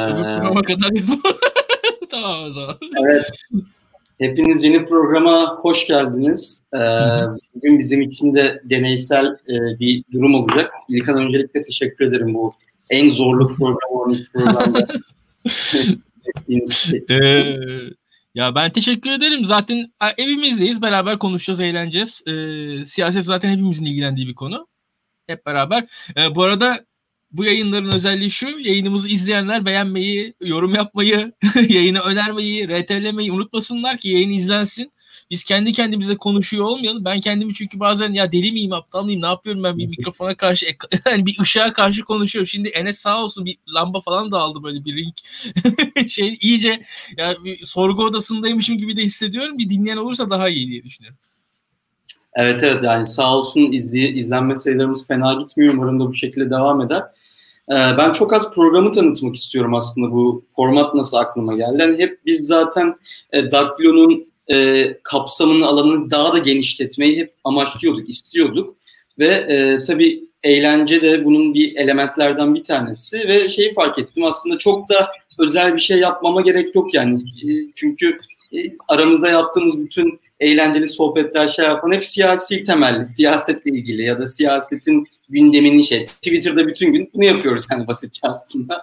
Öbür programa kadar yapalım. Tamam o zaman. Evet. Hepiniz yeni programa hoş geldiniz. Bugün bizim için de deneysel bir durum olacak. İlkan, öncelikle teşekkür ederim bu en zorlu program olan ilk programda. Ya ben teşekkür ederim. Zaten evimizdeyiz. Beraber konuşacağız, eğleneceğiz. Siyaset zaten hepimizin ilgilendiği bir konu. Hep beraber. Bu arada bu yayınların özelliği şu: yayınımızı izleyenler beğenmeyi, yorum yapmayı, yayını önermeyi, RT'lemeyi unutmasınlar ki yayın izlensin. Biz kendi kendimize konuşuyor olmayalım. Ben kendimi çünkü bazen ya deli miyim, aptal mıyım, ne yapıyorum ben bir mikrofona karşı, yani bir ışığa karşı konuşuyorum. Şimdi Enes sağ olsun bir lamba falan da aldı, böyle bir ring. iyice ya bir sorgu odasındaymışım gibi de hissediyorum. Bir dinleyen olursa daha iyi diye düşünüyorum. Evet yani sağ olsun izlenme sayılarımız fena gitmiyor. Umarım da bu şekilde devam eder. Ben çok az programı tanıtmak istiyorum aslında, bu format nasıl aklıma geldi. Yani hep biz zaten Daktilo'nun kapsamını, alanını daha da genişletmeyi hep amaçlıyorduk, istiyorduk. Ve tabii eğlence de bunun bir elementlerden bir tanesi. Ve şeyi fark ettim, aslında çok da özel bir şey yapmama gerek yok yani. Çünkü aramızda yaptığımız bütün eğlenceli sohbetler, şeyler falan hep siyasi temelli, siyasetle ilgili ya da siyasetin gündemini Twitter'da bütün gün bunu yapıyoruz yani, basitçe aslında.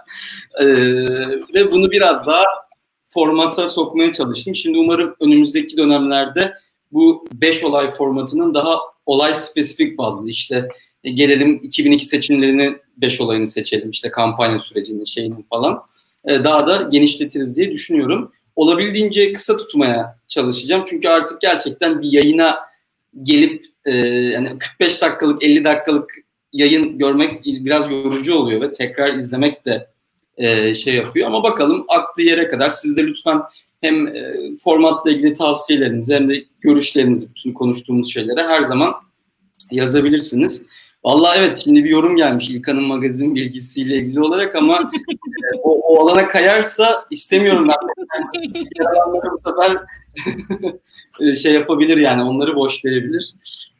Ve bunu biraz daha formata sokmaya çalıştım. Şimdi umarım önümüzdeki dönemlerde bu 5 olay formatının daha olay spesifik bazlı, işte gelelim 2002 seçimlerini 5 olayını seçelim, işte kampanya sürecinin şeyini falan daha da genişletiriz diye düşünüyorum. Olabildiğince kısa tutmaya çalışacağım. Çünkü artık gerçekten bir yayına gelip yani 45 dakikalık, 50 dakikalık yayın görmek biraz yorucu oluyor ve tekrar izlemek de şey yapıyor. Ama bakalım, aktığı yere kadar siz de lütfen hem formatla ilgili tavsiyelerinizi hem de görüşlerinizi, bütün konuştuğumuz şeylere her zaman yazabilirsiniz. Vallahi evet, şimdi bir yorum gelmiş İlkan'ın magazin bilgisiyle ilgili olarak ama o alana kayarsa istemiyorum ben. Yaralanları bu sefer şey yapabilir yani, onları boşlayabilir.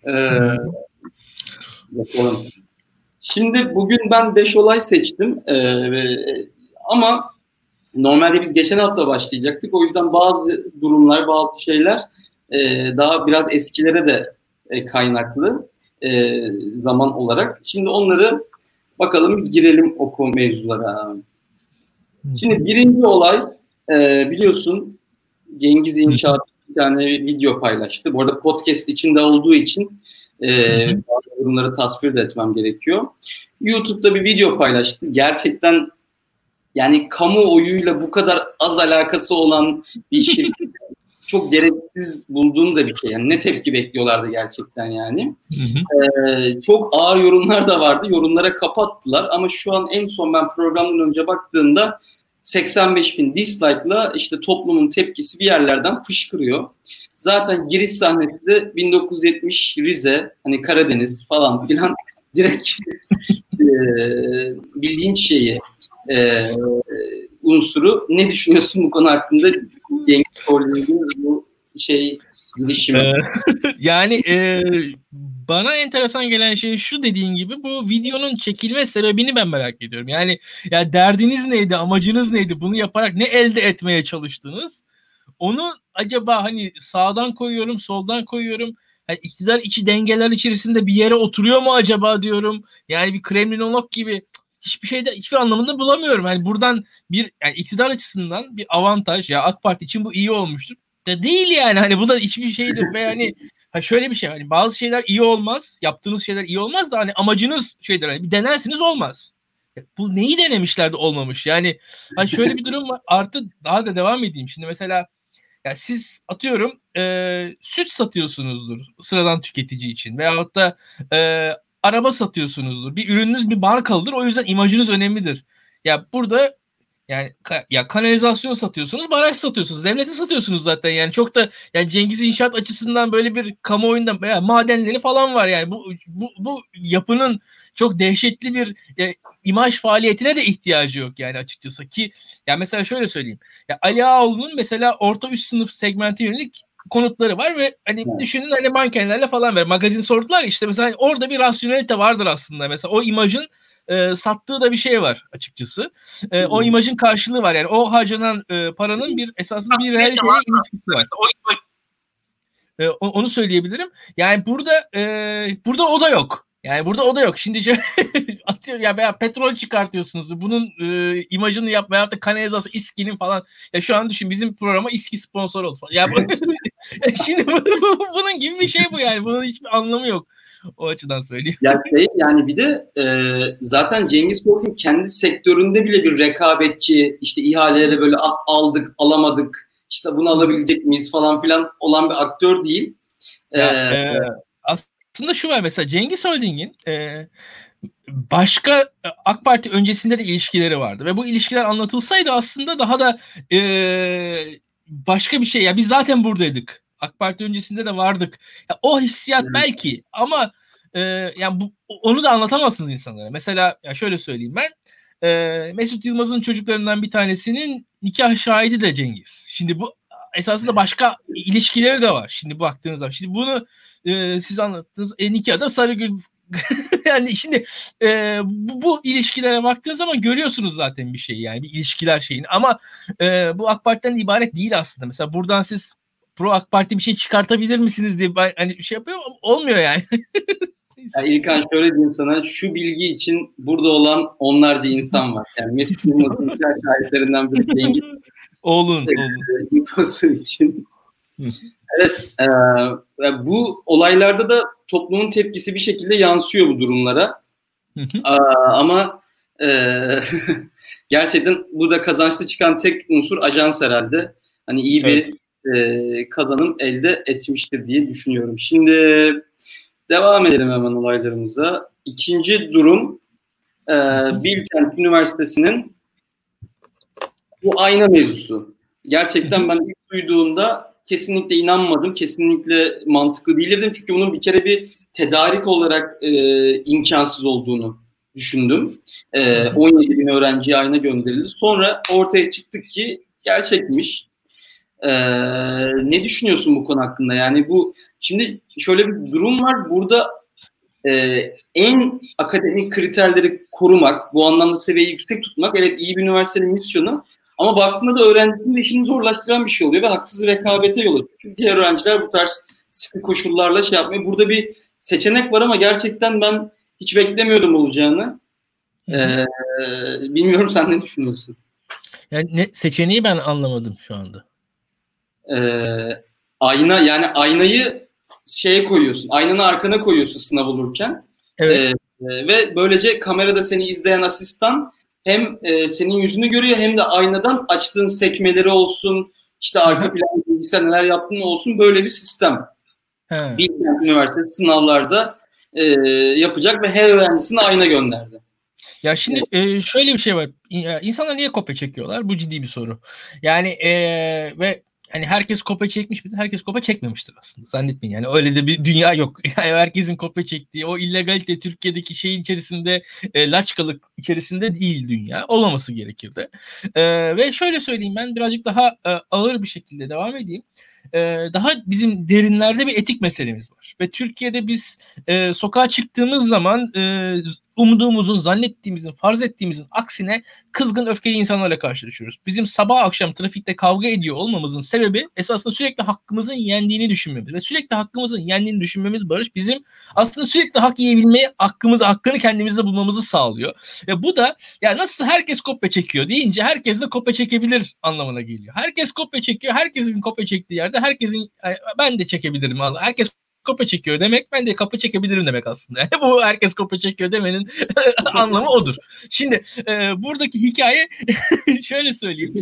Bakalım. Şimdi bugün ben 5 olay seçtim. Ama normalde biz geçen hafta başlayacaktık. O yüzden bazı durumlar, bazı şeyler daha biraz eskilere de kaynaklı zaman olarak. Şimdi onları bakalım, girelim o mevzulara. Şimdi birinci olay, biliyorsun Cengiz İnşaat bir tane video paylaştı. Bu arada podcast içinde olduğu için bazı durumları tasvir de etmem gerekiyor. YouTube'da bir video paylaştı. Gerçekten yani kamuoyuyla bu kadar az alakası olan bir şey çok gereksiz bulduğum da bir şey. Yani ne tepki bekliyorlardı gerçekten yani. Çok ağır yorumlar da vardı. Yorumlara kapattılar ama şu an en son ben programdan önce baktığımda 85.000 dislike'la işte toplumun tepkisi bir yerlerden fışkırıyor. Zaten giriş sahnesi de 1970 Rize, hani Karadeniz falan filan, direkt bildiğin şeyi unsuru. Ne düşünüyorsun bu konu hakkında? Cengiz Holding'in bu girişimi. Yani bana enteresan gelen şey şu, dediğin gibi bu videonun çekilme sebebini ben merak ediyorum. Yani ya derdiniz neydi, amacınız neydi, bunu yaparak ne elde etmeye çalıştınız? Onu acaba hani sağdan koyuyorum, soldan koyuyorum. Yani iktidar içi dengeler içerisinde bir yere oturuyor mu acaba diyorum. Yani bir kremlinolog gibi hiçbir şeyde, hiçbir anlamında bulamıyorum. Yani buradan bir, yani iktidar açısından bir avantaj, ya AK Parti için bu iyi olmuştur de değil yani. Hani bu da hiçbir şeydir ve yani şöyle bir şey, hani bazı şeyler iyi olmaz, yaptığınız şeyler iyi olmaz da hani amacınız şeydir, hani bir denersiniz olmaz. Bu neyi denemişler de olmamış. Yani hani şöyle bir durum var. Artı daha da devam edeyim. Şimdi mesela ya siz atıyorum süt satıyorsunuzdur sıradan tüketici için, veyahut da araba satıyorsunuzdur. Bir ürününüz bir markalıdır. O yüzden imajınız önemlidir. Ya burada yani ya kanalizasyon satıyorsunuz, baraj satıyorsunuz, devleti satıyorsunuz zaten. Yani çok da, yani Cengiz İnşaat açısından böyle bir kamuoyunda veya madenleri falan var yani. Bu yapının çok dehşetli bir imaj faaliyetine de ihtiyacı yok yani açıkçası. Ki ya mesela şöyle söyleyeyim. Ya Ali Ağaoğlu'nun mesela orta üst sınıf segmente yönelik konutları var ve hani düşünün, hani mankenlerle falan var. Magazin sordular işte, mesela orada bir rasyonelite vardır aslında. Mesela o imajın sattığı da bir şey var açıkçası. O imajın karşılığı var. Yani o harcanan paranın bir esasında bir realiteyle ilişkisi var. Onu söyleyebilirim. Yani burada o da yok. Yani burada o da yok. Şimdi atıyor ya veya petrol çıkartıyorsunuz. Bunun imajını yap veya da kanalizasyon, İSKİ'nin falan. Ya şu an düşün bizim programa İSKİ sponsor oldu falan. Ya şimdi bunun gibi bir şey bu yani. Bunun hiçbir anlamı yok. O açıdan söyleyeyim. Yani bir de zaten Cengiz Korkun kendi sektöründe bile bir rekabetçi, işte ihaleleri böyle aldık, alamadık, işte bunu alabilecek miyiz falan filan olan bir aktör değil. Aslında şu var mesela Cengiz Holding'in başka AK Parti öncesinde de ilişkileri vardı ve bu ilişkiler anlatılsaydı aslında daha da başka bir şey. Ya biz zaten buradaydık. AK Parti öncesinde de vardık. Ya, o hissiyat belki ama yani onu da anlatamazsınız insanlara. Mesela ya şöyle söyleyeyim ben. Mesut Yılmaz'ın çocuklarından bir tanesinin nikah şahidi de Cengiz. Şimdi bu esasında başka ilişkileri de var. Şimdi baktığınız zaman. Şimdi bunu siz anlattınız. Nikah'da Sarıgül yani şimdi bu ilişkilere baktığınız zaman görüyorsunuz zaten bir şey yani bir ilişkiler şeyini ama bu AK Parti'den ibaret değil aslında. Mesela buradan siz pro AK Parti bir şey çıkartabilir misiniz diye ben hani bir şey yapıyorum olmuyor yani. Ya İlkan şöyle diyeyim sana, şu bilgi için burada olan onlarca insan var. Yani Mesut Yılmaz'ın şahitlerinden bir Cengiz Oğlun. infosu için. Evet, bu olaylarda da toplumun tepkisi bir şekilde yansıyor bu durumlara. Ama gerçekten bu da kazançlı çıkan tek unsur ajans herhalde. Hani iyi bir kazanım elde etmiştir diye düşünüyorum. Şimdi devam edelim hemen olaylarımıza. İkinci durum Bilkent Üniversitesi'nin bu ayna mevzusu. Gerçekten ben ilk duyduğumda kesinlikle inanmadım. Kesinlikle mantıklı bilirdim. Çünkü bunun bir kere bir tedarik olarak imkansız olduğunu düşündüm. 17 bin öğrenciye ayna gönderildi. Sonra ortaya çıktı ki gerçekmiş. Ne düşünüyorsun bu konu hakkında? Yani bu şimdi şöyle bir durum var. Burada en akademik kriterleri korumak, bu anlamda seviyeyi yüksek tutmak, evet iyi bir üniversitenin misyonu. Ama baktığında da öğrencisinin de işini zorlaştıran bir şey oluyor ve haksız rekabete yol açıyor. Çünkü diğer öğrenciler bu tarz sıkı koşullarla şey yapmıyor. Burada bir seçenek var ama gerçekten ben hiç beklemiyordum olacağını. Bilmiyorum, sen ne düşünüyorsun? Yani seçeneği ben anlamadım şu anda. Aynayı şeye koyuyorsun. Aynanın arkana koyuyorsun sınav olurken. Evet. Ve böylece kamerada seni izleyen asistan hem senin yüzünü görüyor hem de aynadan açtığın sekmeleri olsun, işte arka plan bilgisayar neler yaptığın olsun, böyle bir sistem. Bilkent Üniversitesi sınavlarda yapacak ve her öğrencisine ayna gönderdi. Ya şimdi şöyle bir şey var. İnsanlar niye kopya çekiyorlar? Bu ciddi bir soru. Yani ve hani herkes kopya çekmiş midir? Herkes kopya çekmemiştir aslında. Zannetmeyin. Yani öyle de bir dünya yok. Yani herkesin kopya çektiği o illegalite Türkiye'deki şeyin içerisinde laçkalık içerisinde değil dünya. Olmaması gerekirdi. Ve şöyle söyleyeyim, ben birazcık daha ağır bir şekilde devam edeyim. Daha bizim derinlerde bir etik meselemiz var. Ve Türkiye'de biz sokağa çıktığımız zaman umduğumuzun, zannettiğimizin, farz ettiğimizin aksine kızgın, öfkeli insanlarla karşılaşıyoruz. Bizim sabah akşam trafikte kavga ediyor olmamızın sebebi esasında sürekli hakkımızın yendiğini düşünmemiz. Ve sürekli hakkımızın yendiğini düşünmemiz, Barış, bizim aslında sürekli hak yiyebilmeye hakkını kendimizde bulmamızı sağlıyor. Ve bu da ya nasıl herkes kopya çekiyor deyince herkes de kopya çekebilir anlamına geliyor. Herkes kopya çekiyor. Herkesin kopya çektiği yerde ben de çekebilirim. Herkes kopya çekiyor demek, ben de kopya çekebilirim demek aslında. Yani bu herkes kopya çekiyor demenin anlamı odur. Şimdi buradaki hikaye şöyle söyleyeyim.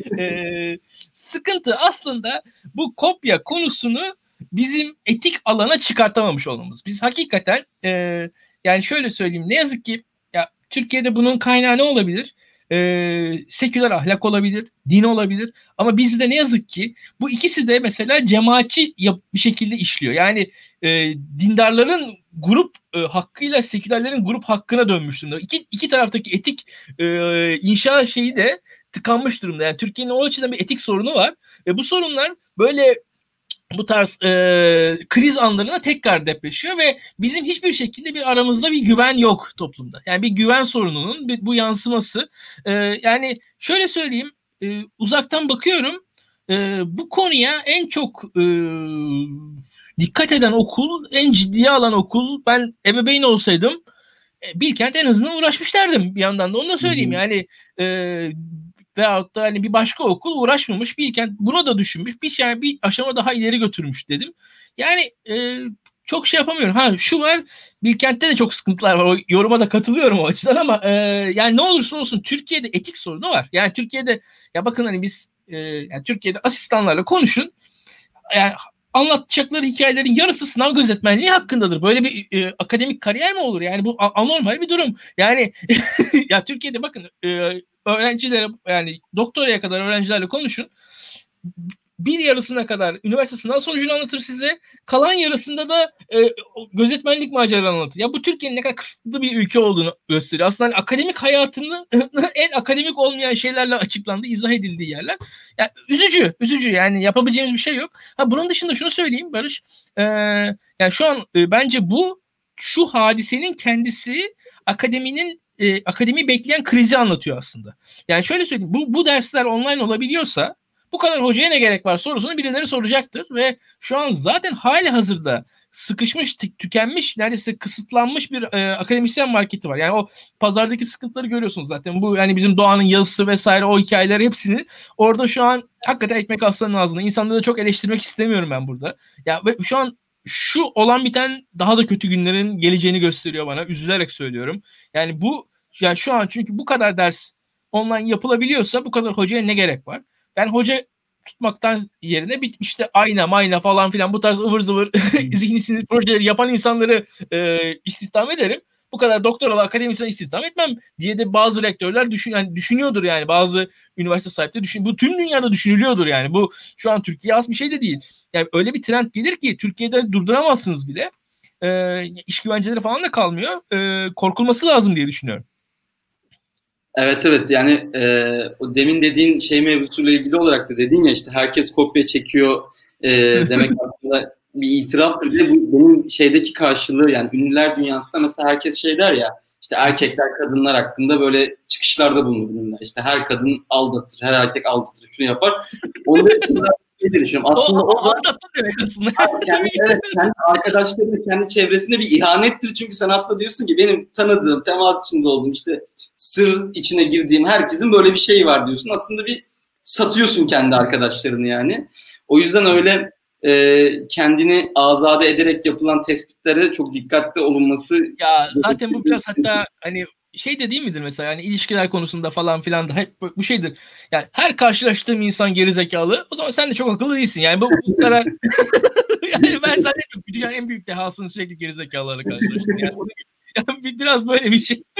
Sıkıntı aslında bu kopya konusunu bizim etik alana çıkartamamış olmamız. Biz hakikaten yani şöyle söyleyeyim, ne yazık ki ya Türkiye'de bunun kaynağı ne olabilir? Seküler ahlak olabilir, din olabilir, ama bizde ne yazık ki bu ikisi de mesela cemaatçi bir şekilde işliyor. Yani dindarların grup hakkıyla sekülerlerin grup hakkına dönmüş durumda. İki taraftaki etik inşa şeyi de tıkanmış durumda. Yani Türkiye'nin o açıdan bir etik sorunu var ve bu sorunlar böyle bu tarz kriz anlarına tekrar depreşiyor ve bizim hiçbir şekilde bir aramızda bir güven yok toplumda. Yani bir güven sorununun bu yansıması. Yani şöyle söyleyeyim, uzaktan bakıyorum, bu konuya en çok dikkat eden okul, en ciddiye alan okul, ben ebeveyn olsaydım Bilkent en azından uğraşmış derdim, bir yandan da onu da söyleyeyim. Yani veyahut da hani bir başka okul uğraşmamış, Bilkent buna da düşünmüş, bir aşama daha ileri götürmüş dedim. Yani çok şey yapamıyorum. Ha, şu var, Bilkent'te de çok sıkıntılar var. O yoruma da katılıyorum o açıdan ama yani ne olursa olsun Türkiye'de etik sorunu var. Yani Türkiye'de, ya bakın hani biz yani Türkiye'de asistanlarla konuşun. Yani anlatacakları hikayelerin yarısı sınav gözetmenliği hakkındadır. Böyle bir akademik kariyer mi olur? Yani bu anormal bir durum. Yani ya Türkiye'de bakın, öğrencilere, yani doktoraya kadar öğrencilerle konuşun. Bir yarısına kadar üniversite sınav sonucunu anlatır size. Kalan yarısında da gözetmenlik maceralarını anlatır. Ya bu Türkiye'nin ne kadar kısıtlı bir ülke olduğunu gösteriyor. Aslında hani akademik hayatını en akademik olmayan şeylerle açıklandığı, izah edildiği yerler. Yani üzücü. Yani yapabileceğimiz bir şey yok. Ha, bunun dışında şunu söyleyeyim Barış. Yani şu an bence şu hadisenin kendisi akademi bekleyen krizi anlatıyor aslında. Yani şöyle söyleyeyim. Bu dersler online olabiliyorsa bu kadar hocaya ne gerek var sorusunu birileri soracaktır ve şu an zaten hali hazırda sıkışmış, tükenmiş, neredeyse kısıtlanmış bir akademisyen marketi var. Yani o pazardaki sıkıntıları görüyorsunuz zaten. Bu yani bizim Doğan'ın yazısı vesaire, o hikayeler hepsini orada şu an hakikaten ekmek aslanın ağzında. İnsanları da çok eleştirmek istemiyorum ben burada. Ya ve şu an şu olan biten daha da kötü günlerin geleceğini gösteriyor bana. Üzülerek söylüyorum. Yani yani şu an çünkü bu kadar ders online yapılabiliyorsa bu kadar hocaya ne gerek var? Ben hoca tutmaktan yerine işte ayna falan filan bu tarz ıvır zıvır zihni sinir projeleri yapan insanları istihdam ederim. Bu kadar doktoralı akademisyen istihdam etmem diye de bazı rektörler düşünüyordur yani. Bazı üniversite sahipleri bu tüm dünyada düşünülüyordur yani. Bu şu an Türkiye'ye az bir şey de değil. Yani öyle bir trend gelir ki Türkiye'de durduramazsınız bile. İş güvenceleri falan da kalmıyor. Korkulması lazım diye düşünüyorum. Evet yani o demin dediğin şey mevzusuyla ilgili olarak da dedin ya, işte herkes kopya çekiyor demek aslında bir itiraftır. Bir de bu benim şeydeki karşılığı, yani ünlüler dünyasında mesela herkes şey der ya, işte erkekler kadınlar hakkında böyle çıkışlarda bulunur ünlüler. İşte her kadın aldatır, her erkek aldatır, şunu yapar. Onu da şey düşünüyorum. Aslında o aldattı demek aslında. Kendi arkadaşlarının, kendi çevresinde bir ihanettir. Çünkü sen aslında diyorsun ki benim tanıdığım, temas içinde olduğum, işte sır içine girdiğim herkesin böyle bir şeyi var diyorsun. Aslında bir satıyorsun kendi arkadaşlarını yani. O yüzden öyle kendini azade ederek yapılan tespitlere çok dikkatli olunması. Ya zaten bu biraz hatta hani şey de değil midir mesela, yani ilişkiler konusunda falan filan da hep bu şeydir. Yani her karşılaştığım insan gerizekalı. O zaman sen de çok akıllı değilsin. Yani bu kadar yani ben zannediyorum dünyanın en büyük dehasını sürekli gerizekalılarla karşılaştım. Yani biraz böyle bir şey.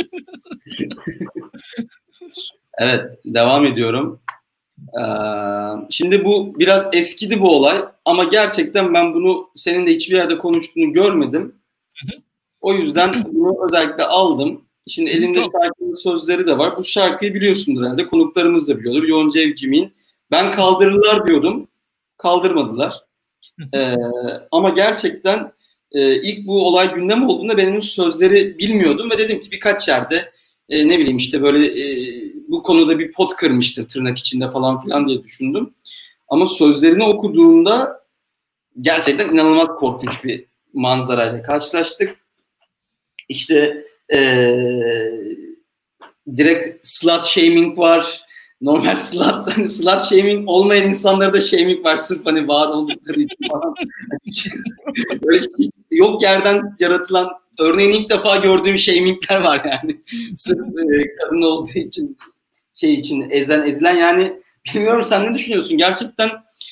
Evet, devam ediyorum. Şimdi bu biraz eskidi bu olay ama gerçekten ben bunu senin de hiçbir yerde konuştuğunu görmedim. O yüzden bunu özellikle aldım. Şimdi elimde şarkının sözleri de var. Bu şarkıyı biliyorsundur herhalde. Konuklarımız da biliyordur. Yonca Evcimik'in Ben Kaldırırlar diyordum. Kaldırmadılar. Ama gerçekten ilk bu olay gündem olduğunda benim sözleri bilmiyordum ve dedim ki birkaç yerde ne bileyim işte böyle bu konuda bir pot kırmıştır tırnak içinde falan filan diye düşündüm. Ama sözlerini okuduğumda gerçekten inanılmaz korkunç bir manzarayla karşılaştık. İşte direkt slut shaming var. Normal hani slut shaming olmayan insanlarda da shaming var. Sırf hani var oldukları için falan. Böyle yok yerden yaratılan, örneğin ilk defa gördüğüm shamingler var yani. Sırf kadın olduğu için için ezilen yani, bilmiyorum sen ne düşünüyorsun? Gerçekten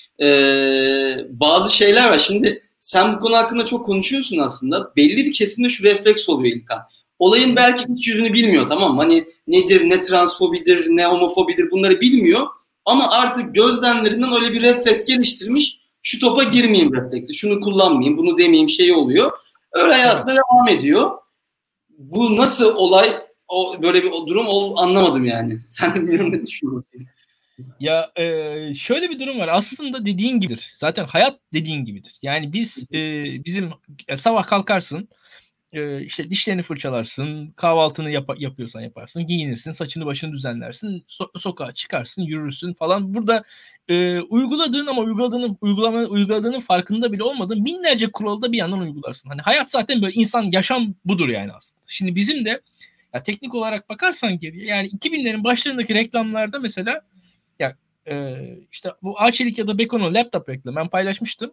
bazı şeyler var. Şimdi sen bu konu hakkında çok konuşuyorsun aslında. Belli bir kesimde şu refleks oluyor İlkan. Olayın belki hiç yüzünü bilmiyor, tamam mı? Hani nedir, ne transfobidir, ne homofobidir, bunları bilmiyor. Ama artık gözlemlerinden öyle bir refleks geliştirmiş. Şu topa girmeyeyim refleksi, şunu kullanmayayım, bunu demeyeyim şeyi oluyor. Öyle hayatına devam ediyor. Bu nasıl olay, böyle bir durum anlamadım yani. Sen de bilmiyorum ne düşünüyorsun? Ya şöyle bir durum var. Aslında dediğin gibidir. Zaten hayat dediğin gibidir. Yani bizim sabah kalkarsın, işte dişlerini fırçalarsın, kahvaltını yapıyorsan yaparsın, giyinirsin, saçını başını düzenlersin, sokağa çıkarsın, yürürsün falan. Burada uyguladığın ama uyguladığının farkında bile olmadığın binlerce kuralı da bir yandan uygularsın. Hani hayat zaten böyle, insan yaşam budur yani aslında. Şimdi bizim de ya teknik olarak bakarsan geriye, yani 2000'lerin başlarındaki reklamlarda mesela, ya işte bu Arçelik ya da Beko'nun laptop reklamı ben paylaşmıştım.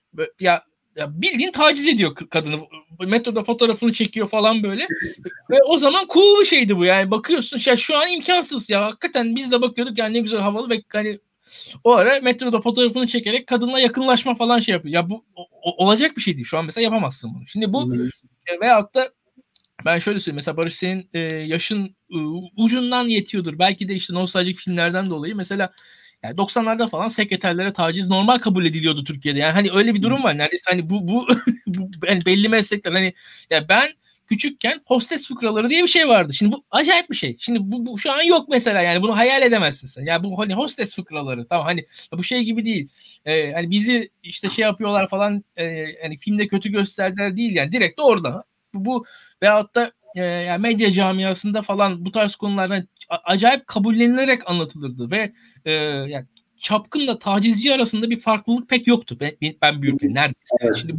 Ya bildiğin taciz ediyor kadını. Metroda fotoğrafını çekiyor falan böyle. Ve o zaman cool bir şeydi bu. Yani bakıyorsun ya, şu an imkansız ya. Hakikaten biz de bakıyorduk yani, ne güzel havalı ve hani o ara metroda fotoğrafını çekerek kadınla yakınlaşma falan şey yapıyor. Ya bu olacak bir şey değil. Şu an mesela yapamazsın bunu. Şimdi bu veyahut da ben şöyle söyleyeyim. Mesela Barış, senin yaşın ucundan yetiyordur. Belki de işte nostaljik filmlerden dolayı. Mesela yani 90'larda falan sekreterlere taciz normal kabul ediliyordu Türkiye'de. Yani hani öyle bir durum var. Neredeyse hani bu yani belli meslekler, hani ya ben küçükken hostes fıkraları diye bir şey vardı. Şimdi bu acayip bir şey. Şimdi bu şu an yok mesela, yani bunu hayal edemezsin sen. Ya bu hani hostes fıkraları, tamam, hani bu şey gibi değil. Hani bizi işte şey yapıyorlar falan, hani filmde kötü gösterdiler değil, yani direkt orada. Bu veyahut da yani medya camiasında falan bu tarz konulardan acayip kabullenilerek anlatılırdı ve yani çapkınla tacizci arasında bir farklılık pek yoktu. Ben büyürken neredeyse. Evet. Şimdi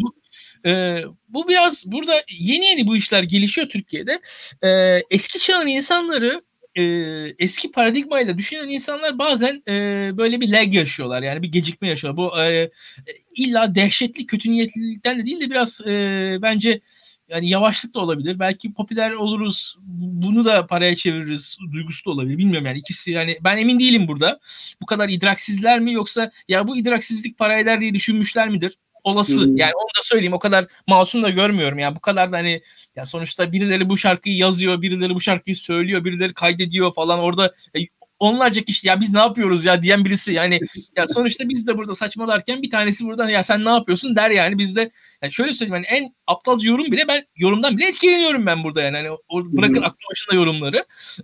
bu biraz burada yeni bu işler gelişiyor Türkiye'de. Eski çağın insanları, eski paradigmayla düşünen insanlar bazen böyle bir lag yaşıyorlar. Yani bir gecikme yaşıyorlar. Bu illa dehşetli kötü niyetlilikten de değil de biraz bence yani yavaşlık da olabilir. Belki popüler oluruz, bunu da paraya çeviririz duygusu da olabilir. Bilmiyorum yani, ikisi, yani ben emin değilim burada. Bu kadar idraksizler mi, yoksa ya bu idraksizlik para eder diye düşünmüşler midir? Olası. Yani onu da söyleyeyim, o kadar masum da görmüyorum. Yani bu kadar da hani, ya sonuçta birileri bu şarkıyı yazıyor, birileri bu şarkıyı söylüyor, birileri kaydediyor falan orada, onlarca kişi ya biz ne yapıyoruz ya diyen birisi, yani ya sonuçta biz de burada saçmalarken bir tanesi burada ya sen ne yapıyorsun der yani. Biz de yani şöyle söyleyeyim, yani en aptalca yorum bile, ben yorumdan bile etkileniyorum ben burada yani. Hani bırakın aklı başında yorumları.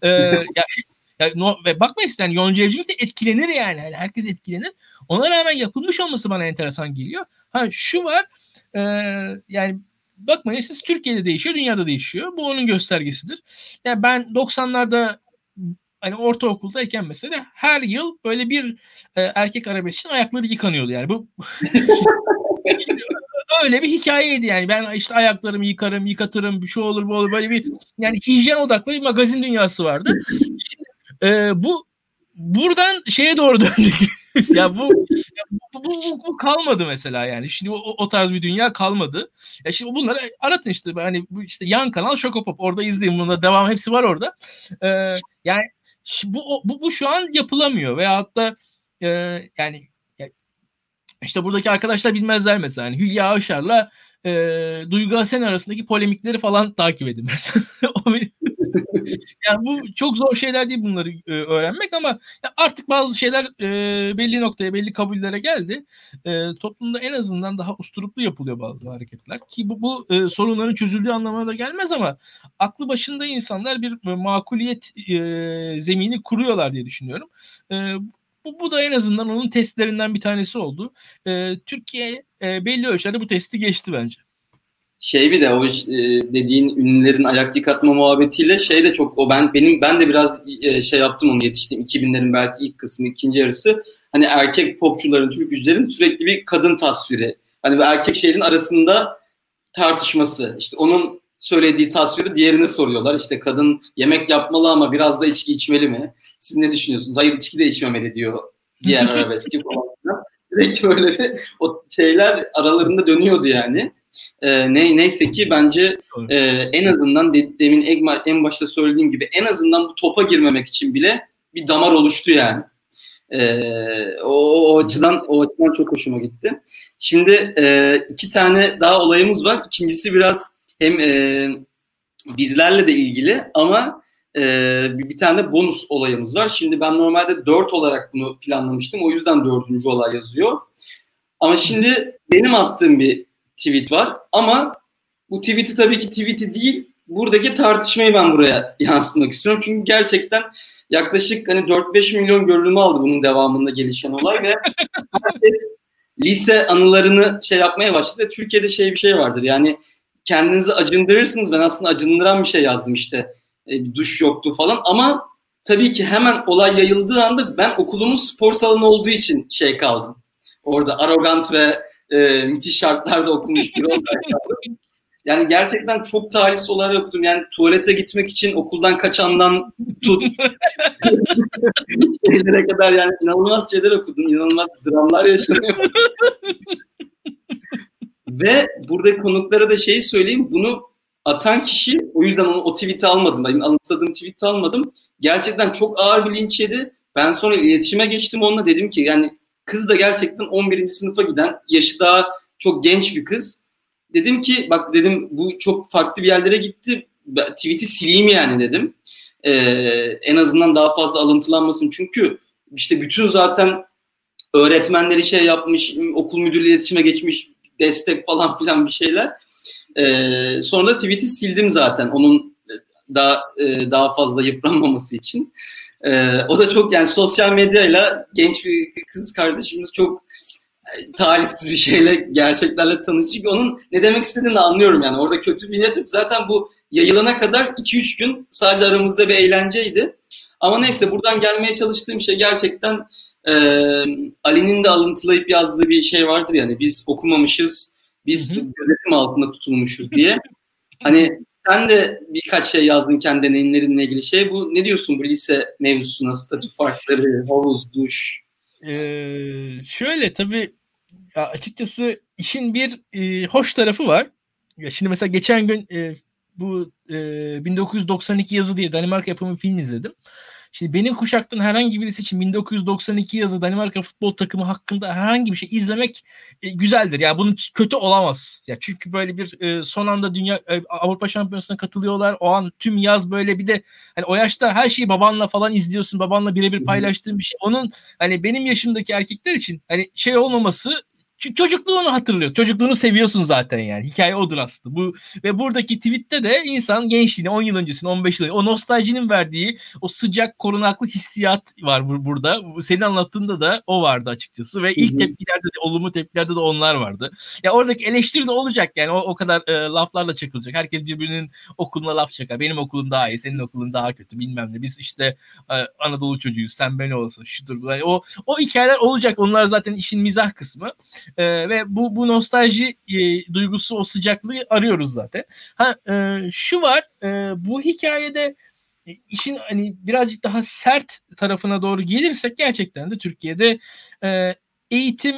Ve bakma işte, yani Yonca Evcimik de etkilenir yani. Yani herkes etkilenir. Ona rağmen yapılmış olması bana enteresan geliyor. Ha şu var, e, yani bakmayın siz, Türkiye'de değişiyor, dünyada değişiyor. Bu onun göstergesidir. Yani ben 90'larda hani ortaokuldayken mesela her yıl böyle bir erkek arabeskçinin ayakları yıkanıyordu yani. Bu şimdi öyle bir hikayeydi yani. Ben işte ayaklarımı yıkarım, yıkatırım, bir şey olur, bu olur, böyle bir yani hijyen odaklı bir magazin dünyası vardı. Şimdi, bu buradan şeye doğru döndük. ya bu kalmadı mesela yani. Şimdi o tarz bir dünya kalmadı. Ya şimdi bunları aratın işte, hani bu işte yan kanal Şokopop, orada izleyin, bunda devam hepsi var orada. Yani bu şu an yapılamıyor veyahut da yani işte buradaki arkadaşlar bilmezler mesela. Yani Hülya Avşar'la Duygu Asen arasındaki polemikleri falan takip edin mesela. Yani bu çok zor şeyler değil bunları öğrenmek, ama artık bazı şeyler belli noktaya, belli kabullere geldi. Toplumda en azından daha usturuplu yapılıyor bazı hareketler. Ki bu sorunların çözüldüğü anlamına da gelmez, ama aklı başında insanlar bir makuliyet zemini kuruyorlar diye düşünüyorum. Bu da en azından onun testlerinden bir tanesi oldu. Türkiye belli ölçülerde bu testi geçti bence. Şey, bir de o dediğin ünlülerin ayak yıkatma muhabbetiyle şey de çok, ben de biraz şey yaptım, onu yetiştim 2000'lerin belki ilk kısmı, ikinci yarısı, hani erkek popçuların, türkücülerin sürekli bir kadın tasviri, hani bu erkek şeylerin arasında tartışması, işte onun söylediği tasviri diğerine soruyorlar, işte kadın yemek yapmalı ama biraz da içki içmeli mi, siz ne düşünüyorsunuz, hayır içki de içmemeli diyor diğer arabeskçi falan. Sürekli böyle bir o şeyler aralarında dönüyordu yani. Neyse ki bence en azından demin en başta söylediğim gibi en azından bu topa girmemek için bile bir damar oluştu yani. O açıdan çok hoşuma gitti. Şimdi iki tane daha olayımız var. İkincisi biraz hem bizlerle de ilgili ama bir tane bonus olayımız var. Şimdi ben normalde 4 olarak bunu planlamıştım. O yüzden 4. olay yazıyor. Ama şimdi benim attığım bir tweet var ama bu tweet'i tabii ki tweet'i değil, buradaki tartışmayı ben buraya yansıtmak istiyorum. Çünkü gerçekten yaklaşık hani 4-5 milyon görülümü aldı bunun devamında gelişen olay ve herkes lise anılarını şey yapmaya başladı ve Türkiye'de bir şey vardır yani kendinizi acındırırsınız. Ben aslında acındıran bir şey yazdım işte. Duş yoktu falan ama tabii ki hemen olay yayıldığı anda ben okulumun spor salonu olduğu için kaldım. Orada arrogant ve müthiş şartlarda okumuş biri olarak kaldım. Yani gerçekten çok talihsiz olarak okudum. Yani tuvalete gitmek için okuldan kaçandan tut şeylere kadar yani inanılmaz şeyler okudum. İnanılmaz dramlar yaşanıyor. Ve burada konuklara da söyleyeyim. Bunu atan kişi, o yüzden o tweet'i almadım. Benim anımsadığım tweet'i almadım. Gerçekten çok ağır bir linç yedi. Ben sonra iletişime geçtim onunla. Dedim ki yani kız da gerçekten 11. sınıfa giden, yaşı daha çok genç bir kız. Dedim ki bak dedim bu çok farklı bir yerlere gitti. Tweet'i sileyim yani dedim. En azından daha fazla alıntılanmasın. Çünkü işte bütün zaten öğretmenleri yapmış, okul müdürüyle iletişime geçmiş, destek falan filan bir şeyler. Sonra da tweet'i sildim zaten. Onun daha fazla yıpranmaması için. O da çok yani sosyal medyayla genç bir kız kardeşimiz çok talihsiz bir şeyle, gerçeklerle tanıştık. Onun ne demek istediğini anlıyorum yani. Orada kötü bir niyet yok. Zaten bu yayılana kadar 2-3 gün sadece aramızda bir eğlenceydi. Ama neyse buradan gelmeye çalıştığım şey gerçekten Ali'nin de alıntılayıp yazdığı bir şey vardır yani. Biz okumamışız, biz gözetim altında tutulmuşuz diye. Hani sen de birkaç şey yazdın kendi deneyimlerinle ilgili Bu ne diyorsun bu lise mevzusuna, statü farkları, havuz, duş? Şöyle tabii açıkçası işin bir hoş tarafı var. Ya şimdi mesela geçen gün bu 1992 yazı diye Danimarka yapımı bir film izledim. Şimdi benim kuşaktan herhangi birisi için 1992 yazı Danimarka futbol takımı hakkında herhangi bir şey izlemek güzeldir. Yani bunun kötü olamaz. Ya çünkü böyle bir son anda Avrupa Şampiyonası'na katılıyorlar. O an tüm yaz böyle bir de hani o yaşta her şeyi babanla falan izliyorsun. Babanla birebir paylaştığın bir şey. Onun hani benim yaşımdaki erkekler için hani olmaması çünkü çocukluğunu hatırlıyorsun. Çocukluğunu seviyorsun zaten yani. Hikaye odur aslında. Ve buradaki tweette de insan gençliğini 10 yıl öncesini, 15 yıl o nostaljinin verdiği o sıcak, korunaklı hissiyat var burada. Senin anlattığında da o vardı açıkçası. Ve ilk tepkilerde de, olumlu tepkilerde de onlar vardı. Ya oradaki eleştiri de olacak yani. O kadar laflarla çakılacak. Herkes birbirinin okuluna laf çakar. Benim okulum daha iyi, senin okulun daha kötü bilmem ne. Biz işte Anadolu çocuğuyuz. Sen ben olsun. Şudur. Yani o hikayeler olacak. Onlar zaten işin mizah kısmı. Ve bu nostalji duygusu, o sıcaklığı arıyoruz zaten. Şu var, bu hikayede işin hani birazcık daha sert tarafına doğru gelirsek gerçekten de Türkiye'de eğitim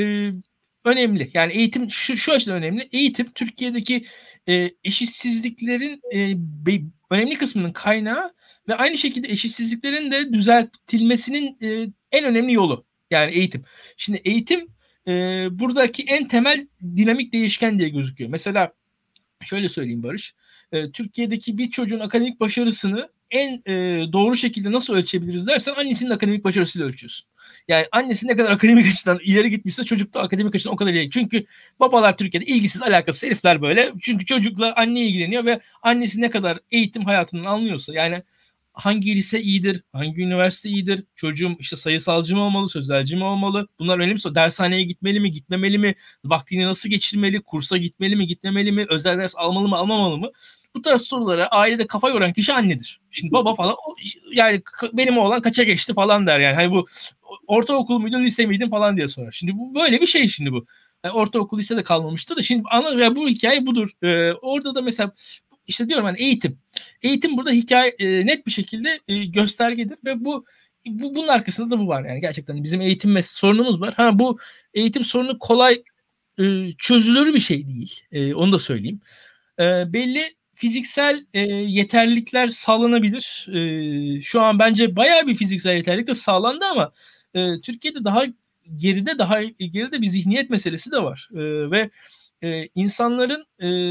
önemli. Yani eğitim şu açıdan önemli. Eğitim Türkiye'deki eşitsizliklerin önemli kısmının kaynağı ve aynı şekilde eşitsizliklerin de düzeltilmesinin en önemli yolu. Yani eğitim. Şimdi eğitim buradaki en temel dinamik değişken diye gözüküyor. Mesela şöyle söyleyeyim Barış. Türkiye'deki bir çocuğun akademik başarısını en doğru şekilde nasıl ölçebiliriz dersen annesinin akademik başarısıyla ölçüyorsun. Yani annesi ne kadar akademik açıdan ileri gitmişse çocuk da akademik açıdan o kadar ileri. Çünkü babalar Türkiye'de ilgisiz, alakasız herifler böyle. Çünkü çocukla anne ilgileniyor ve annesi ne kadar eğitim hayatından anlıyorsa yani hangi lise iyidir, hangi üniversite iyidir, çocuğum işte sayısalcı mı olmalı, sözelci mi olmalı, bunlar önemli mi? Dershaneye gitmeli mi, gitmemeli mi, vaktini nasıl geçirmeli, kursa gitmeli mi, gitmemeli mi, özel ders almalı mı, almamalı mı? Bu tarz sorulara ailede kafa yoran kişi annedir. Şimdi baba falan yani benim oğlan kaça geçti falan der yani. Hani bu ortaokul muydun, lise miydin falan diye sorar. Şimdi bu böyle bir şey şimdi bu. Yani ortaokul lisede kalmamıştır da şimdi bu hikaye budur. Orada da mesela işte diyorum hani eğitim. Eğitim burada hikaye net bir şekilde göstergedir ve bunun arkasında da bu var yani gerçekten bizim eğitim sorunumuz var. Bu eğitim sorunu kolay çözülür bir şey değil. Onu da söyleyeyim. Belli fiziksel yeterlilikler sağlanabilir. Şu an bence bayağı bir fiziksel yeterlilik de sağlandı ama Türkiye'de daha geride bir zihniyet meselesi de var. Ve insanların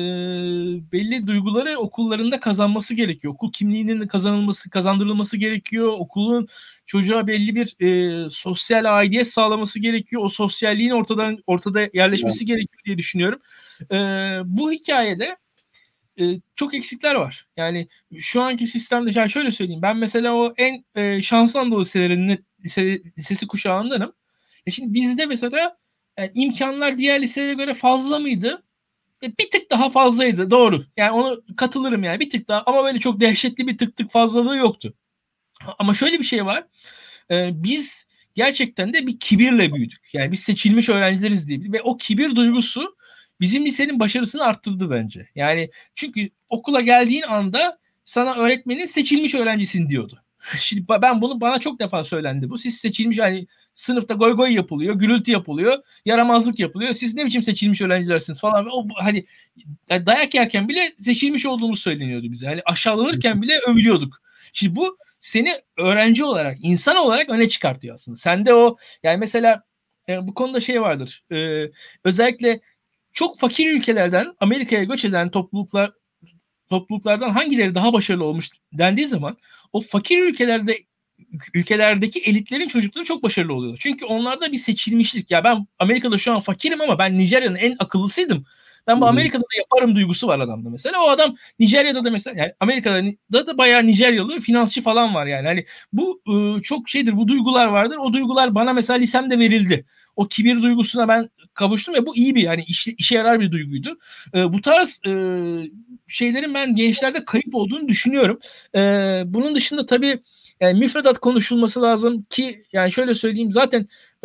belli duyguları okullarında kazanması gerekiyor. Okul kimliğinin kazandırılması gerekiyor. Okulun çocuğa belli bir sosyal aidiyet sağlaması gerekiyor. O sosyalliğin ortada yerleşmesi gerekiyor diye düşünüyorum. Bu hikayede çok eksikler var. Yani şu anki sistemde, yani şöyle söyleyeyim, ben mesela o en şanslı Anadolu lisesi kuşağındanım. Şimdi bizde mesela imkanlar diğer liselere göre fazla mıydı? Bir tık daha fazlaydı, doğru. Yani onu katılırım, yani bir tık daha, ama böyle çok dehşetli bir tık fazlalığı yoktu. Ama şöyle bir şey var. Biz gerçekten de bir kibirle büyüdük. Yani biz seçilmiş öğrencileriz diye. Ve o kibir duygusu bizim lisenin başarısını arttırdı bence. Yani çünkü okula geldiğin anda sana öğretmenin seçilmiş öğrencisin diyordu. Şimdi bana çok defa söylendi bu. Siz seçilmiş, yani sınıfta goy goy yapılıyor, gürültü yapılıyor, yaramazlık yapılıyor. Siz ne biçim seçilmiş öğrencilersiniz falan. O hani dayak yerken bile seçilmiş olduğumuz söyleniyordu bize. Hani aşağılanırken bile övülüyorduk. Şimdi bu seni öğrenci olarak, insan olarak öne çıkartıyor aslında. Sende o, yani mesela bu konuda şey vardır. Özellikle çok fakir ülkelerden Amerika'ya göç eden topluluklardan hangileri daha başarılı olmuş dendiği zaman, o fakir ülkelerdeki elitlerin çocukları çok başarılı oluyor. Çünkü onlarda bir seçilmişlik. Ya ben Amerika'da şu an fakirim ama ben Nijerya'nın en akıllısıydım. Ben bu Amerika'da da yaparım duygusu var adamda mesela. O adam Nijerya'da da mesela, yani Amerika'da da bayağı Nijeryalı finansçı falan var yani. Hani bu çok şeydir, bu duygular vardır. O duygular bana mesela lisemde verildi. O kibir duygusuna ben kavuştum ve bu iyi bir, yani işe yarar bir duyguydu. Bu tarz şeylerin ben gençlerde kayıp olduğunu düşünüyorum. Bunun dışında tabii yani müfredat konuşulması lazım ki, yani şöyle söyleyeyim, zaten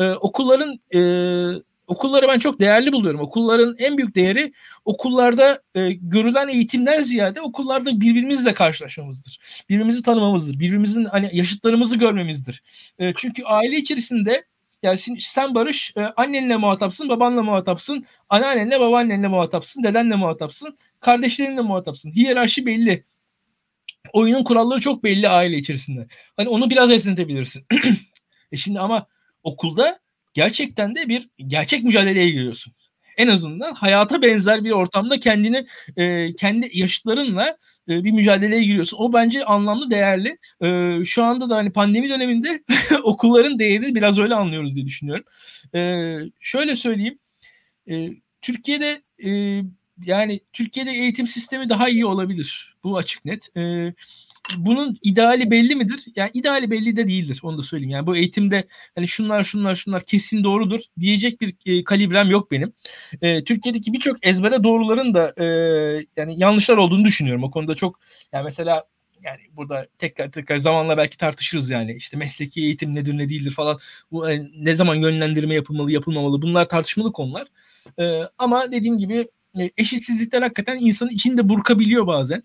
okulları ben çok değerli buluyorum. Okulların en büyük değeri okullarda görülen eğitimden ziyade okullarda birbirimizle karşılaşmamızdır. Birbirimizi tanımamızdır. Birbirimizin hani yaşıtlarımızı görmemizdir. Çünkü aile içerisinde, yani sen Barış annenle muhatapsın, babanla muhatapsın, anneannenle, babaannenle muhatapsın, dedenle muhatapsın, kardeşlerinle muhatapsın. Hiyerarşi belli. Oyunun kuralları çok belli aile içerisinde. Hani onu biraz esnetebilirsin. Şimdi ama okulda gerçekten de bir gerçek mücadeleye giriyorsun. En azından hayata benzer bir ortamda kendi yaşıtlarınla bir mücadeleye giriyorsun. O bence anlamlı, değerli. Şu anda da hani pandemi döneminde okulların değerini biraz öyle anlıyoruz diye düşünüyorum. Şöyle söyleyeyim. Türkiye'de yani Türkiye'de eğitim sistemi daha iyi olabilir. Bu açık net. Bunun ideali belli midir? Yani ideali belli de değildir. Onu da söyleyeyim. Yani bu eğitimde hani şunlar kesin doğrudur diyecek bir kalibrem yok benim. Türkiye'deki birçok ezbere doğruların da yani yanlışlar olduğunu düşünüyorum. O konuda çok, yani mesela, yani burada tekrar zamanla belki tartışırız yani. İşte mesleki eğitim nedir, ne değildir falan. Bu ne zaman yönlendirme yapılmalı, yapılmamalı. Bunlar tartışmalı konular. Ama dediğim gibi eşitsizlikler hakikaten insanın içinde burkabiliyor bazen.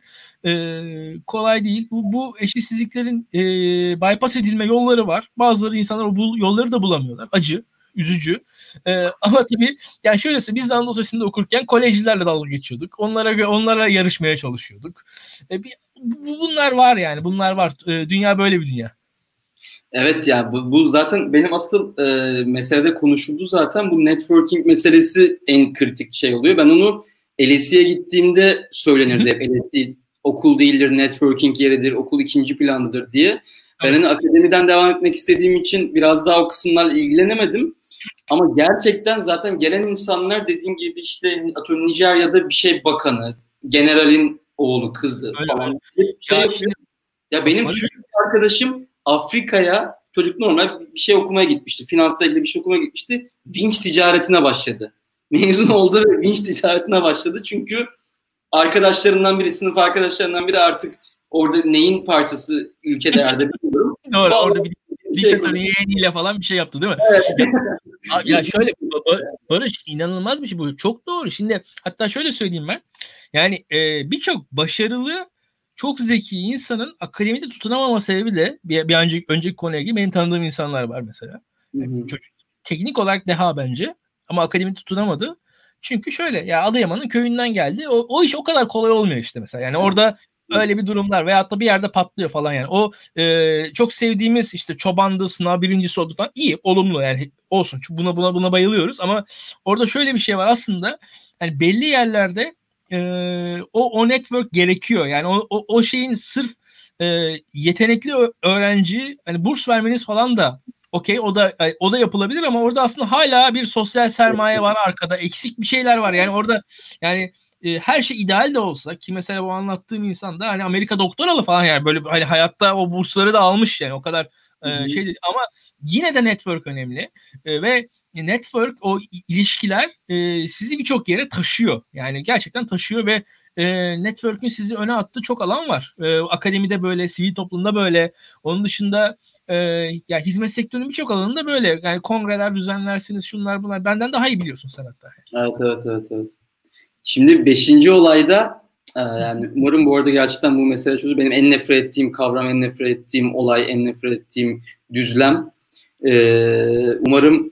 Kolay değil. Bu eşitsizliklerin bypass edilme yolları var. Bazıları insanlar bu yolları da bulamıyorlar. Acı, üzücü. Ama tabii yani şöylese, biz de Anadolu Lisesi'nde okurken kolejcilerle dalga geçiyorduk. Onlara yarışmaya çalışıyorduk. Bunlar var yani. Bunlar var. Dünya böyle bir dünya. Evet ya, bu zaten benim asıl meselede konuşuldu zaten, bu networking meselesi en kritik şey oluyor. Ben onu LSE'ye gittiğimde söylenirdi hep, LSE okul değildir, networking yeridir, okul ikinci plandadır diye. Ben hani akademiden devam etmek istediğim için biraz daha o kısımlarla ilgilenemedim. Ama gerçekten zaten gelen insanlar dediğim gibi işte atıyorum Nijerya'da bir şey bakanı, generalin oğlu, kızı falan. Ya benim Türk arkadaşım Afrika'ya, çocuk normal bir şey okumaya gitmişti. Finansla ilgili bir şey okumaya gitmişti. Vinç ticaretine başladı. Mezun oldu ve vinç ticaretine başladı. Çünkü sınıf arkadaşlarından biri artık orada neyin parçası ülke değerde bilmiyorum. Doğru, orada bir diktatörün yeğeniyle falan bir şey yaptı değil mi? Evet. Ya şöyle, Barış, inanılmaz bir şey bu. Çok doğru. Şimdi hatta şöyle söyleyeyim ben. Yani birçok başarılı, çok zeki insanın akademide tutunamama sebebi de bir önceki konuya gibi benim tanıdığım insanlar var mesela. Yani çocuk teknik olarak deha bence ama akademide tutunamadı. Çünkü şöyle, ya Adıyaman'ın köyünden geldi. O iş o kadar kolay olmuyor işte mesela. Yani orada öyle bir durumlar veyahut da bir yerde patlıyor falan yani. O çok sevdiğimiz işte çobandı, sınav birincisi oldu falan. İyi, olumlu yani, olsun. Buna bayılıyoruz ama orada şöyle bir şey var aslında. Yani belli yerlerde o network gerekiyor. Yani o şeyin sırf yetenekli öğrenci hani burs vermeniz falan da okey, o da yapılabilir ama orada aslında hala bir sosyal sermaye var arkada. Eksik bir şeyler var. Yani orada, yani her şey ideal de olsa ki mesela bu anlattığım insan da hani Amerika doktoralı falan yani böyle hani hayatta o bursları da almış yani o kadar şey değil. Ama yine de network önemli. Ve network o ilişkiler sizi birçok yere taşıyor. Yani gerçekten taşıyor ve network'ün sizi öne attığı çok alan var. Akademide böyle, sivil toplumda böyle. Onun dışında ya hizmet sektörünün birçok alanında böyle. Yani kongreler düzenlersiniz, şunlar bunlar. Benden daha iyi biliyorsun sen hatta. Evet. Şimdi 5. olayda yani umarım bu arada gerçekten bu mesele çözülür. Benim en nefret ettiğim kavram, en nefret ettiğim olay, en nefret ettiğim düzlem. Umarım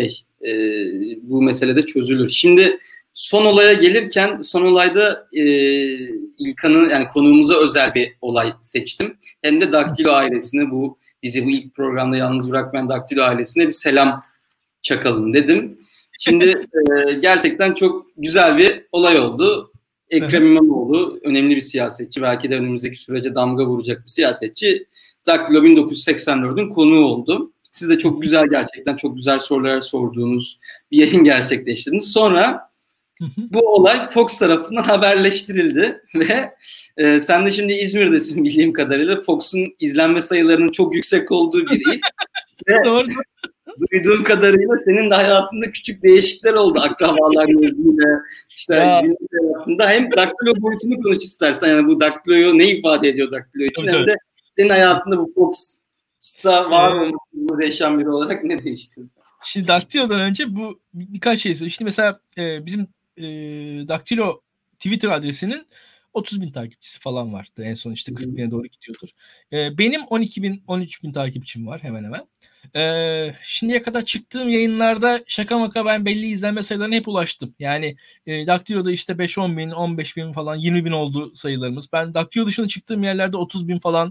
bu meselede çözülür. Şimdi son olaya gelirken son olayda İlkan'ın yani konuğumuza özel bir olay seçtim. Hem de Daktilo ailesine bizi bu ilk programda yalnız bırakmayan Daktilo ailesine bir selam çakalım dedim. Şimdi gerçekten çok güzel bir olay oldu. Ekrem İmamoğlu önemli bir siyasetçi. Belki de önümüzdeki sürece damga vuracak bir siyasetçi. Daktilo 1984'ün konuğu oldu. Siz de çok güzel gerçekten çok güzel sorular sorduğunuz bir yayın gerçekleştirdiniz. Sonra bu olay Fox tarafından haberleştirildi ve sen de şimdi İzmir'desin bildiğim kadarıyla. Fox'un izlenme sayılarının çok yüksek olduğu bir il. Doğru. Duyduğum kadarıyla senin de hayatında küçük değişiklikler oldu akrabalar nedeniyle. İşte hayatında hem daktilo boyutunu konuş istersen yani bu daktiloyu ne ifade ediyor daktilo için hem de senin hayatında bu Fox'ta var olması yaşayan biri olarak ne değişti? Şimdi Daktilo'dan önce bu birkaç şey söyleyeyim. Şimdi mesela bizim Daktilo Twitter adresinin 30.000 takipçisi falan vardı. En son işte 40.000'e doğru gidiyordur. Benim 12.000, 13.000 takipçim var hemen hemen. Şimdiye kadar çıktığım yayınlarda şaka maka ben belli izlenme sayılarına hep ulaştım. Yani Daktilo'da işte 5-10 bin, 15 bin falan, 20 bin oldu sayılarımız. Ben Daktilo dışında çıktığım yerlerde 30 bin falan,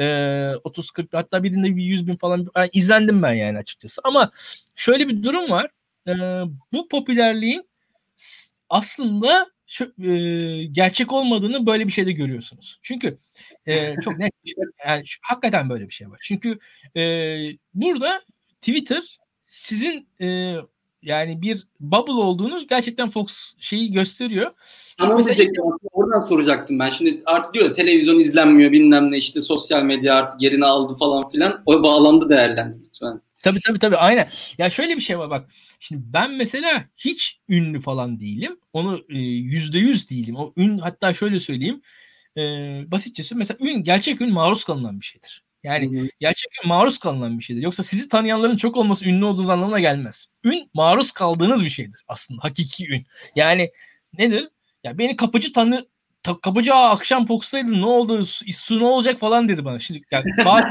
30-40 hatta birinde bir 100 bin falan izlendim ben yani açıkçası. Ama şöyle bir durum var. Bu popülerliğin aslında gerçek olmadığını böyle bir şeyde görüyorsunuz. Çünkü çok net yani hakikaten böyle bir şey var. Çünkü burada Twitter sizin yani bir bubble olduğunu gerçekten Fox şeyi gösteriyor. Çünkü mesela oradan soracaktım ben. Şimdi artık diyor ya televizyon izlenmiyor bilmem ne işte sosyal medya artık yerini aldı falan filan. O bağlamda değerlendir lütfen. Tabii aynen. Ya şöyle bir şey var bak. Şimdi ben mesela hiç ünlü falan değilim. Onu %100 değilim. O ün hatta şöyle söyleyeyim. Basitçe mesela gerçek ün maruz kalınan bir şeydir. Yani gerçek ün maruz kalınan bir şeydir. Yoksa sizi tanıyanların çok olması ünlü olduğunuz anlamına gelmez. Ün maruz kaldığınız bir şeydir aslında. Hakiki ün. Yani nedir? Ya beni kapıcı akşam Fox'taydı ne oldu? Su ne olacak falan dedi bana. Şimdi yani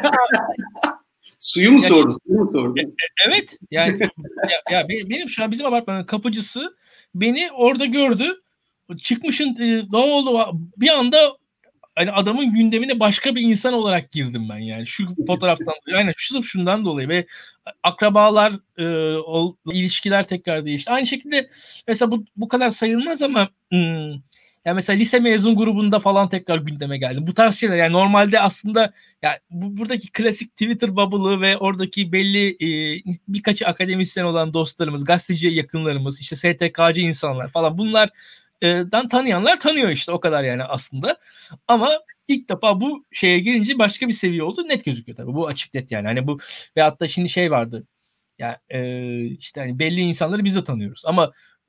Suyu mu sordu? Evet. Yani benim şu an bizim apartmanın kapıcısı beni orada gördü. Çıkmışın ne oldu? Bir anda hani adamın gündemine başka bir insan olarak girdim ben yani. Şu fotoğraftan dolayı. Aynen şundan dolayı ve akrabalar ilişkiler tekrar değişti. Aynı şekilde mesela bu kadar sayılmaz ama yani mesela lise mezun grubunda falan tekrar gündeme geldi. Bu tarz şeyler yani normalde aslında yani buradaki klasik Twitter bubble'ı ve oradaki belli birkaçı akademisyen olan dostlarımız, gazeteci yakınlarımız, işte STK'cı insanlar falan bunlardan tanıyanlar tanıyor işte o kadar yani aslında. Ama ilk defa bu şeye gelince başka bir seviye oldu. Net gözüküyor tabii. Bu açık net yani. Hani bu ve hatta şimdi şey vardı. Ya işte hani belli insanları biz de tanıyoruz ama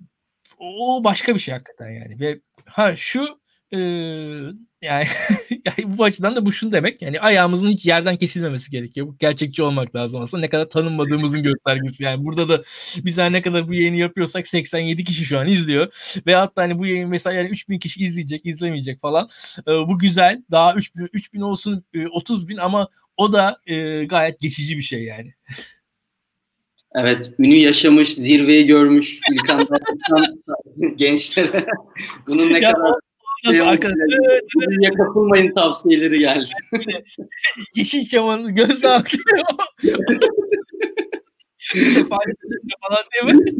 o başka bir şey hakikaten yani ve yani, yani bu açıdan da bu şunu demek yani ayağımızın hiç yerden kesilmemesi gerekiyor. Bu gerçekçi olmak lazım aslında. Ne kadar tanınmadığımızın göstergesi yani. Burada da biz her ne kadar bu yayını yapıyorsak 87 kişi şu an izliyor ve hatta hani bu yayın mesela yani 3000 kişi izlemeyecek falan. Bu güzel. Daha 3000 olsun 30 bin ama o da gayet geçici bir şey yani. Evet, ünü yaşamış, zirveyi görmüş İlkan'dan gençlere bunun ne kadar kapılmayın tavsiyeleri geldi. Yeşilçam'ın gözle akıyor. falan diye mi?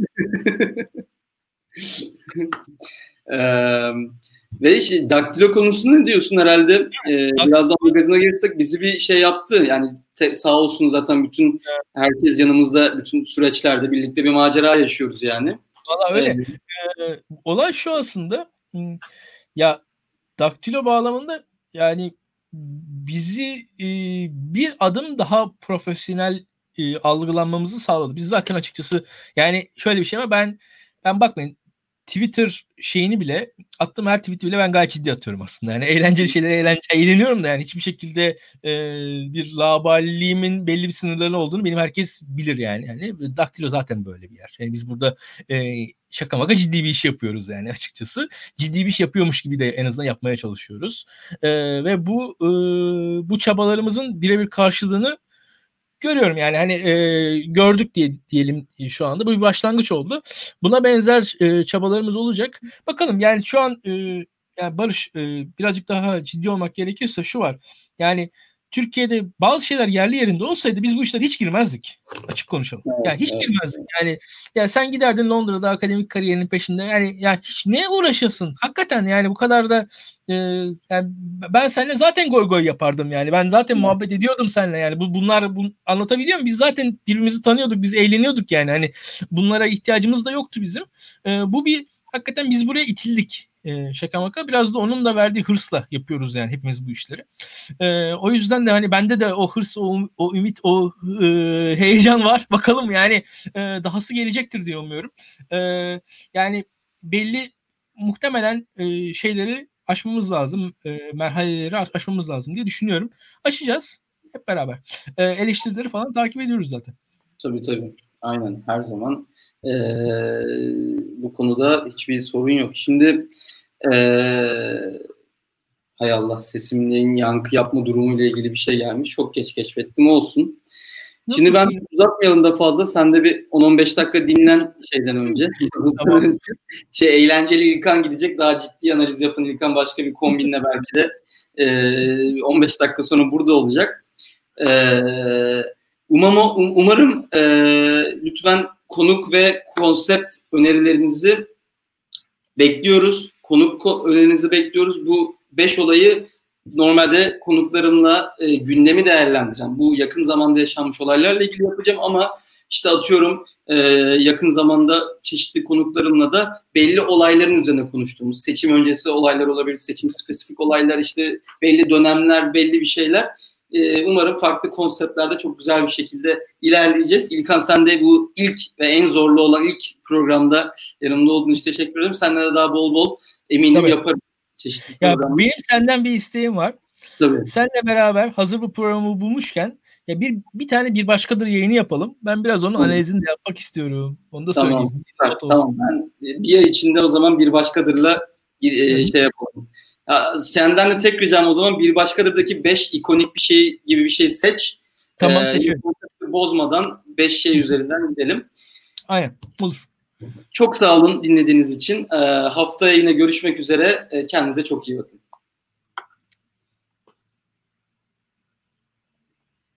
Ve daktilo konusunu ne diyorsun herhalde? Birazdan magazine girsek bizi bir şey yaptı. Yani sağ olsun zaten bütün herkes yanımızda bütün süreçlerde birlikte bir macera yaşıyoruz yani. Valla öyle. Olay şu aslında Ya daktilo bağlamında yani bizi bir adım daha profesyonel algılanmamızı sağladı. Biz zaten açıkçası yani şöyle bir şey var. Ben bakmayın Twitter şeyini bile attığım her tweet'i bile ben gayet ciddi atıyorum aslında. Yani eğlenceli şeylere eğleniyorum da yani hiçbir şekilde bir laubaliğimin belli bir sınırları olduğunu benim herkes bilir yani. Yani daktilo zaten böyle bir yer. Yani biz burada şaka maka ciddi bir iş yapıyoruz yani açıkçası. Ciddi bir iş yapıyormuş gibi de en azından yapmaya çalışıyoruz. Ve bu çabalarımızın birebir karşılığını görüyorum yani hani gördük diyelim şu anda. Bu bir başlangıç oldu. Buna benzer çabalarımız olacak. Bakalım yani şu an yani Barış birazcık daha ciddi olmak gerekirse şu var. Yani Türkiye'de bazı şeyler yerli yerinde olsaydı biz bu işlere hiç girmezdik. Açık konuşalım. Evet, Yani hiç girmezdik. Yani ya sen giderdin Londra'da akademik kariyerinin peşinde. Yani hiç ne uğraşasın? Hakikaten yani bu kadar da yani ben seninle zaten goy goy yapardım yani. Ben zaten muhabbet ediyordum seninle yani. Bunlar anlatabiliyor muyum? Biz zaten birbirimizi tanıyorduk. Biz eğleniyorduk yani. Hani bunlara ihtiyacımız da yoktu bizim. Bu bir hakikaten biz buraya itildik. Şaka maka. Biraz da onun da verdiği hırsla yapıyoruz yani hepimiz bu işleri. O yüzden de hani bende de o hırs, o ümit, o heyecan var. Bakalım yani dahası gelecektir diye umuyorum. Yani belli muhtemelen şeyleri aşmamız lazım. Merhaleleri aşmamız lazım diye düşünüyorum. Aşacağız hep beraber. Eleştirileri falan takip ediyoruz zaten. Tabii. Aynen her zaman. Bu konuda hiçbir sorun yok. Şimdi hay Allah sesimlerin yankı yapma durumu ile ilgili bir şey gelmiş. Çok geç keşfettim olsun. Şimdi ben uzatmayalım da fazla. Sen de bir 10-15 dakika dinlen şeyden önce. Tamam. Eğlenceli İlkan gidecek. Daha ciddi analiz yapın İlkan başka bir kombinle belki de 15 dakika sonra burada olacak. Umarım lütfen konuk ve konsept önerilerinizi bekliyoruz. Konuk önerinizi bekliyoruz. Bu 5 olayı normalde konuklarımla gündemi değerlendiren, bu yakın zamanda yaşanmış olaylarla ilgili yapacağım ama işte atıyorum yakın zamanda çeşitli konuklarımla da belli olayların üzerine konuştuğumuz, seçim öncesi olaylar olabilir, seçim spesifik olaylar, işte belli dönemler, belli bir şeyler. Umarım farklı konseptlerde çok güzel bir şekilde ilerleyeceğiz. İlkan sen de bu ilk ve en zorlu olan ilk programda yanımda olduğun için teşekkür ederim. Seninle de daha bol bol eminim yaparız. Çeşitli ya benim senden bir isteğim var. Tabii. Seninle beraber hazır bu programı bulmuşken ya bir tane bir başkadır yayını yapalım. Ben biraz onun analizini de yapmak istiyorum. Onu da söyleyeyim. Tamam. Ben bir ay içinde o zaman bir başkadırla şey yapalım. Ya, senden de tek ricam o zaman bir başkadırdaki 5 ikonik bir şey gibi bir şey seç. Tamam seçiyorum. Bozmadan 5 şey üzerinden gidelim. Aynen olur. Çok sağ olun dinlediğiniz için. Haftaya yine görüşmek üzere. Kendinize çok iyi bakın.